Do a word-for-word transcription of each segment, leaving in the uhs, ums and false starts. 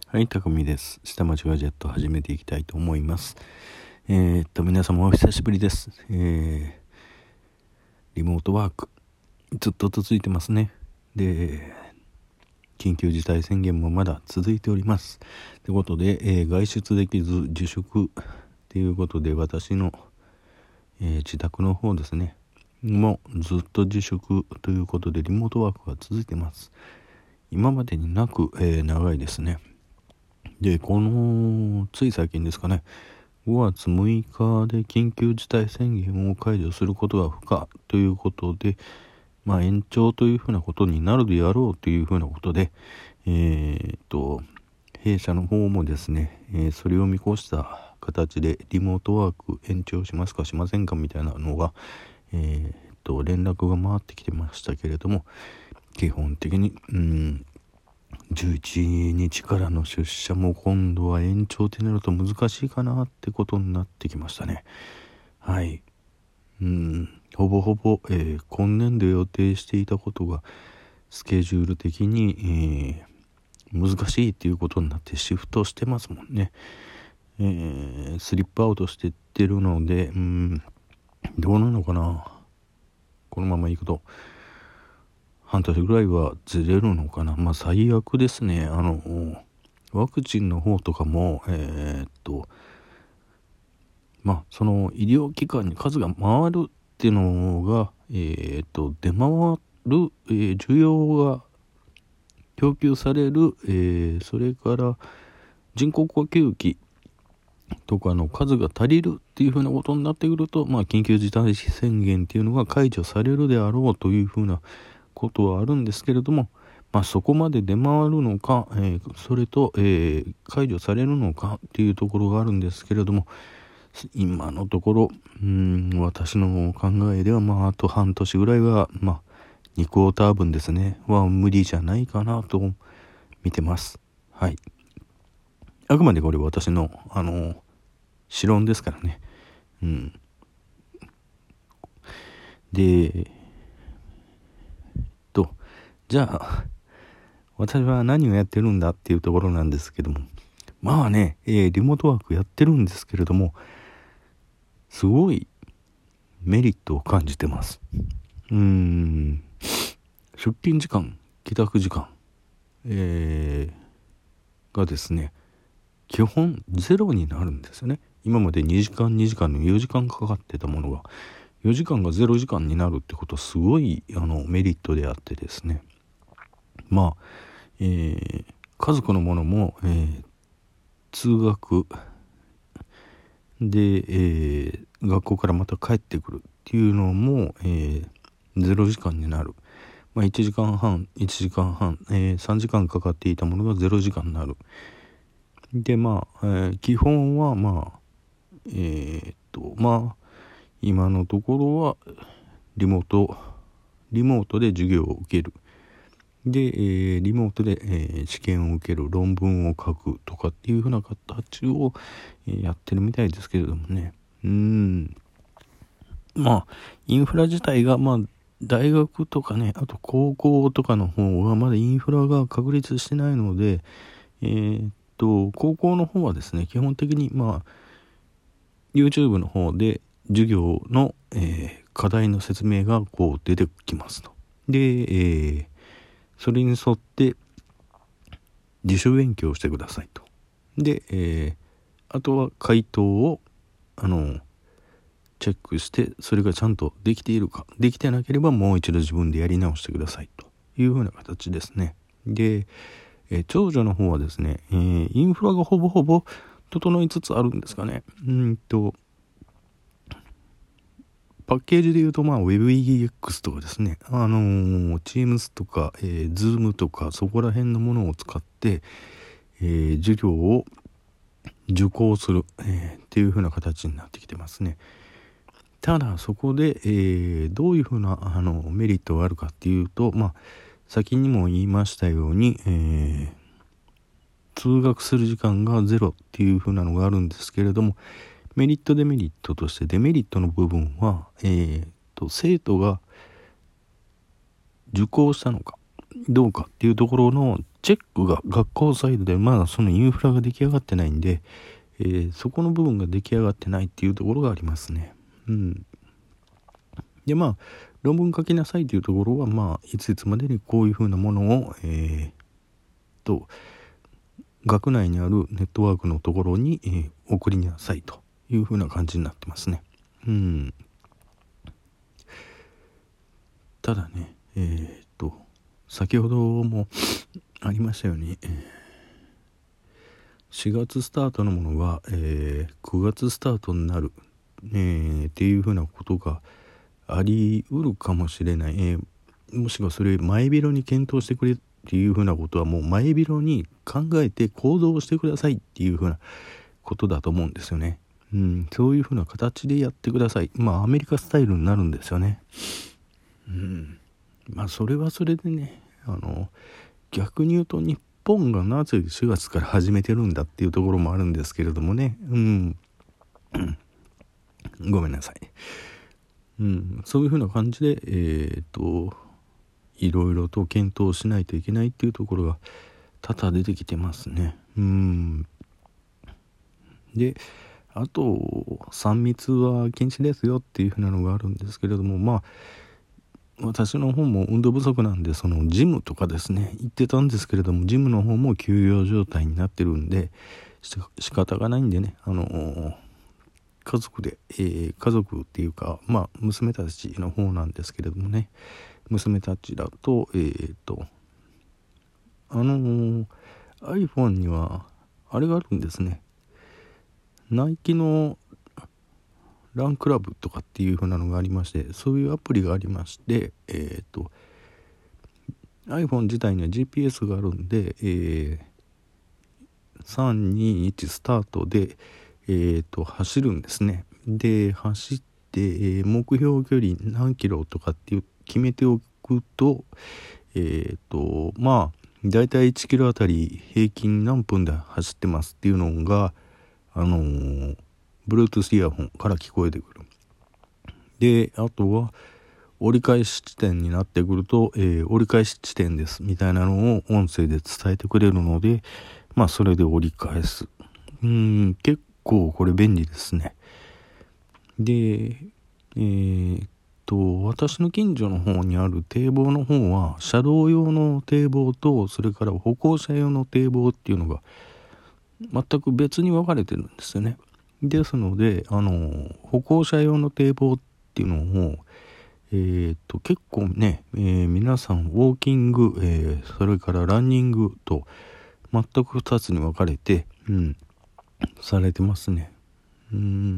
はい、たくみです。下町ガジェット始めていきたいと思います。えー、っと、皆様お久しぶりです。えー、リモートワーク、ずっと続いてますね。で、緊急事態宣言もまだ続いております。ということで、えー、外出できず自粛ということで、私の、えー、自宅の方ですね、もうずっと自粛ということで、リモートワークが続いてます。今までになく、えー、長いですね。で、このつい最近ですかね、ごがつむいかで緊急事態宣言を解除することは不可ということで、まあ、延長というふうなことになるであろうというふうなことで、えー、っと弊社の方もですね、えー、それを見越した形でリモートワーク延長しますかしませんかみたいなのが、えー、っと連絡が回ってきてましたけれども、基本的にうんじゅういちにちからの出社も今度は延長ってなると難しいかなってことになってきましたね。はい。うん、ほぼほぼ、えー、今年度予定していたことがスケジュール的に、えー、難しいっていうことになってシフトしてますもんね。えー、スリップアウトしてってるので、うん、どうなのかな。このままいくと。半年ぐらいはずれるのかな。まあ最悪ですね。あのワクチンの方とかもえー、っとまあその医療機関に数が回るっていうのがえー、っと出回る、えー、需要が供給される、えー、それから人工呼吸器とかの数が足りるっていうふうなことになってくると、まあ緊急事態宣言っていうのが解除されるであろうというふうなことはあるんですけれども、まあ、そこまで出回るのか、えー、それと、えー、解除されるのかっていうところがあるんですけれども、今のところうーん私の考えでは、まあ、あと半年ぐらいは、まあ、にクォーター分ですねは無理じゃないかなと見てます。はい。あくまでこれ私のあの持論ですからね。うん。でとじゃあ私は何をやってるんだっていうところなんですけども、まあね、えー、リモートワークやってるんですけれども、すごいメリットを感じてます。うーん、出勤時間、帰宅時間、えー、がですね、基本ゼロになるんですよね。今までにじかんにじかんのよじかんかかってたものが、よじかんがゼロじかんになるってことはすごいあのメリットであってですね。まあ、えー、家族のものも、えー、通学で、えー、学校からまた帰ってくるっていうのも、えー、ゼロじかんになる。まあ、いちじかんはん、いちじかんはん、えー、さんじかんかかっていたものがゼロじかんになる。で、まあ、えー、基本は、まあ、えー、っと、まあ、今のところは、リモート、リモートで授業を受ける。で、えー、リモートで、えー、試験を受ける、論文を書くとかっていう風な形を、えー、やってるみたいですけれどもね。うーん。まあ、インフラ自体が、まあ、大学とかね、あと高校とかの方はまだインフラが確立してないので、えー、っと、高校の方はですね、基本的に、まあ、YouTube の方で授業の、えー、課題の説明がこう出てきますと。で、えー、それに沿って自主勉強してくださいと。で、えー、あとは回答を、あの、チェックしてそれがちゃんとできているか、できてなければもう一度自分でやり直してくださいというふうな形ですね。で、えー、長女の方はですね、えー、インフラがほぼほぼ整いつつあるんですかね。うんとパッケージで言うと、まあ WebEX とかですね、あのー、Teams とか、えー、Zoom とかそこら辺のものを使って、えー、授業を受講する、えー、っていう風な形になってきてますね。ただそこで、えー、どういう風なあのメリットがあるかっていうと、まあ先にも言いましたように、えー、通学する時間がゼロっていう風なのがあるんですけれども、メリットデメリットとしてデメリットの部分は、えー、と生徒が受講したのかどうかっていうところのチェックが学校サイドでまだそのインフラが出来上がってないんで、えー、そこの部分が出来上がってないっていうところがありますね。うん。でまあ論文書きなさいというところはまあいついつまでにこういうふうなものをえー、と学内にあるネットワークのところに、えー、送りなさいというふうな感じになってますね。うん。ただねえー、っと先ほどもありましたように、えー、しがつスタートのものが、えー、くがつスタートになる、えー、っていうふうなことがありうるかもしれない、えー、もしくはそれ前広に検討してくれっていうふうなことはもう前広に考えて行動してくださいっていうふうなことだと思うんですよね。うん、そういうふうな形でやってください。まあアメリカスタイルになるんですよね。うん、まあそれはそれでね、あの逆に言うと日本がなぜしがつから始めてるんだっていうところもあるんですけれどもね、うん、ごめんなさい。うん、そういうふうな感じで、えー、っといろいろと検討しないといけないっていうところが多々出てきてますね。うん。で、あとさん密は禁止ですよっていうふうなのがあるんですけれども、まあ私の方も運動不足なんでそのジムとかですね行ってたんですけれども、ジムの方も休養状態になってるんで仕方がないんでね、あのー、家族で、えー、家族っていうかまあ娘たちの方なんですけれどもね、娘たちだとえー、っとあのー、iPhone にはあれがあるんですね。ナイキのランクラブとかっていう風なのがありまして、そういうアプリがありまして、えー、っと iPhone 自体には ジーピーエス があるんで、えー、さんにいちスタートで、えー、と走るんですね。で走って、えー、目標距離何キロとかっていう決めておくと、えー、とまあだいたいいちキロあたり平均何分で走ってますっていうのがあのー、Bluetooth イヤホンから聞こえてくる。であとは折り返し地点になってくると、えー、折り返し地点ですみたいなのを音声で伝えてくれるので、まあそれで折り返す。うーん結構これ便利ですね。でえー、っと私の近所の方にある堤防の方は車道用の堤防とそれから歩行者用の堤防っていうのが全く別に分かれてるんですよね。ですのであの歩行者用の堤防っていうのをえー、と結構ね、えー、皆さんウォーキング、えー、それからランニングと全くふたつに分かれて、うん、されてますね。うん、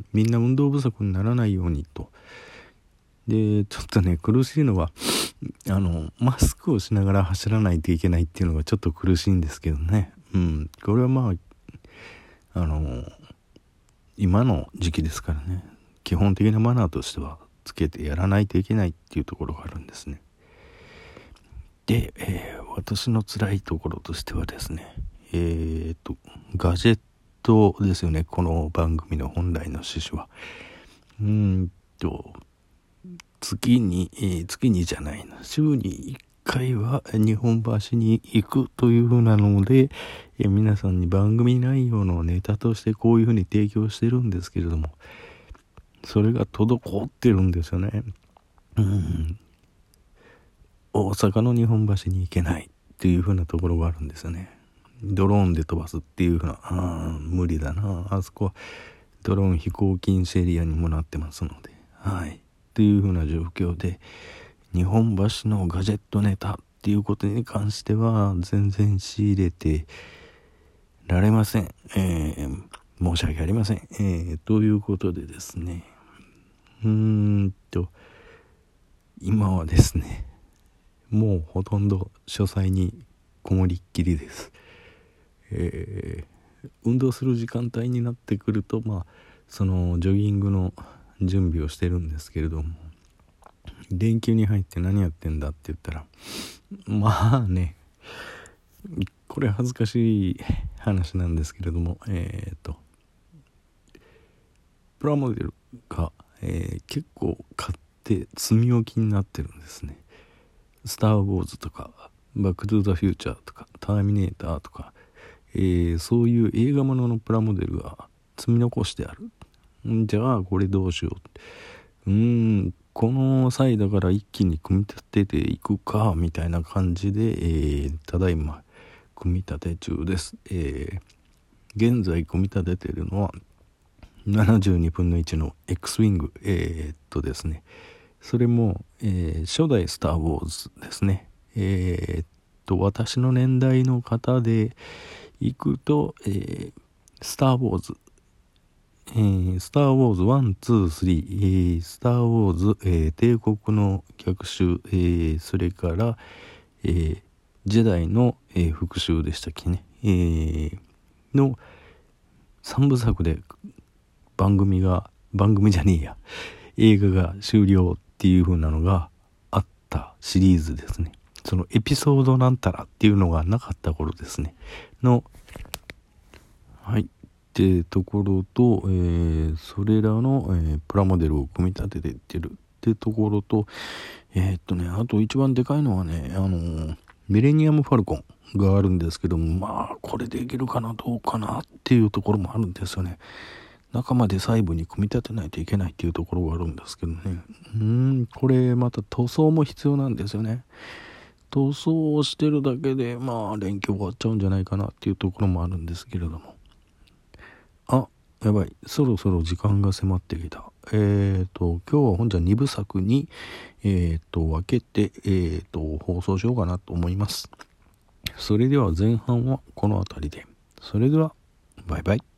みんな運動不足にならないようにと。でちょっとね苦しいのはあのマスクをしながら走らないといけないっていうのがちょっと苦しいんですけどね。うん、これはまああの今の時期ですからね、基本的なマナーとしてはつけてやらないといけないっていうところがあるんですね。で、えー、私の辛いところとしてはですね、えーとガジェットですよね。この番組の本来の趣旨はうーんと月に、えー、月にじゃないな週にいっかいは日本橋に行くという風なので、えー、皆さんに番組内容のネタとしてこういう風に提供してるんですけれども、それが滞ってるんですよね。うん大阪の日本橋に行けないっていう風なところがあるんですよね。ドローンで飛ばすっていう風な、あ無理だな、あそこはドローン飛行禁止エリアにもなってますので、はいっていう風な状況で日本橋のガジェットネタっていうことに関しては全然仕入れてられません。えー、申し訳ありません。えー、ということでですね、うーんと今はですねもうほとんど書斎にこもりっきりです。えー、運動する時間帯になってくるとまあそのジョギングの準備をしてるんですけれども、連休に入って何やってんだって言ったらまあねこれ恥ずかしい話なんですけれども、えーとプラモデルが、えー、結構買って積み置きになってるんですね。スターウォーズとかバックトゥザフューチャーとかターミネーターとか、えー、そういう映画もののプラモデルが積み残してある。んじゃあこれどうしよう、うーんこの際だから一気に組み立てていくかみたいな感じで、えー、ただいま組み立て中です。えー、現在組み立てているのはななじゅうにぶんのいちの X ウィング、えー、っとですねそれも、えー、初代スターウォーズですね。えー、っと私の年代の方で行くと、えー、スターウォーズ、えー、スターウォーズワン、ツー、スリー、えー、スターウォーズ、えー、帝国の逆襲、えー、それから、えー、ジェダイの、えー、復讐でしたっけね、えー、のさんぶさくで番組が番組じゃねえや映画が終了っていう風なのがあったシリーズですね。そのエピソードなんたらっていうのがなかった頃ですねのはいってところと、えー、それらの、えー、プラモデルを組み立てていってるってところと、えー、っとねあと一番でかいのはねあのー、ミレニアムファルコンがあるんですけども、まあこれでいけるかなどうかなっていうところもあるんですよね。中まで細部に組み立てないといけないっていうところがあるんですけどね。うーんこれまた塗装も必要なんですよね。塗装をしてるだけでまあ連休終わっちゃうんじゃないかなっていうところもあるんですけれども、あやばいそろそろ時間が迫ってきた。えっと今日は本じゃにぶさくにえっと分けてえっと放送しようかなと思います。それでは前半はこの辺りで。それではバイバイ。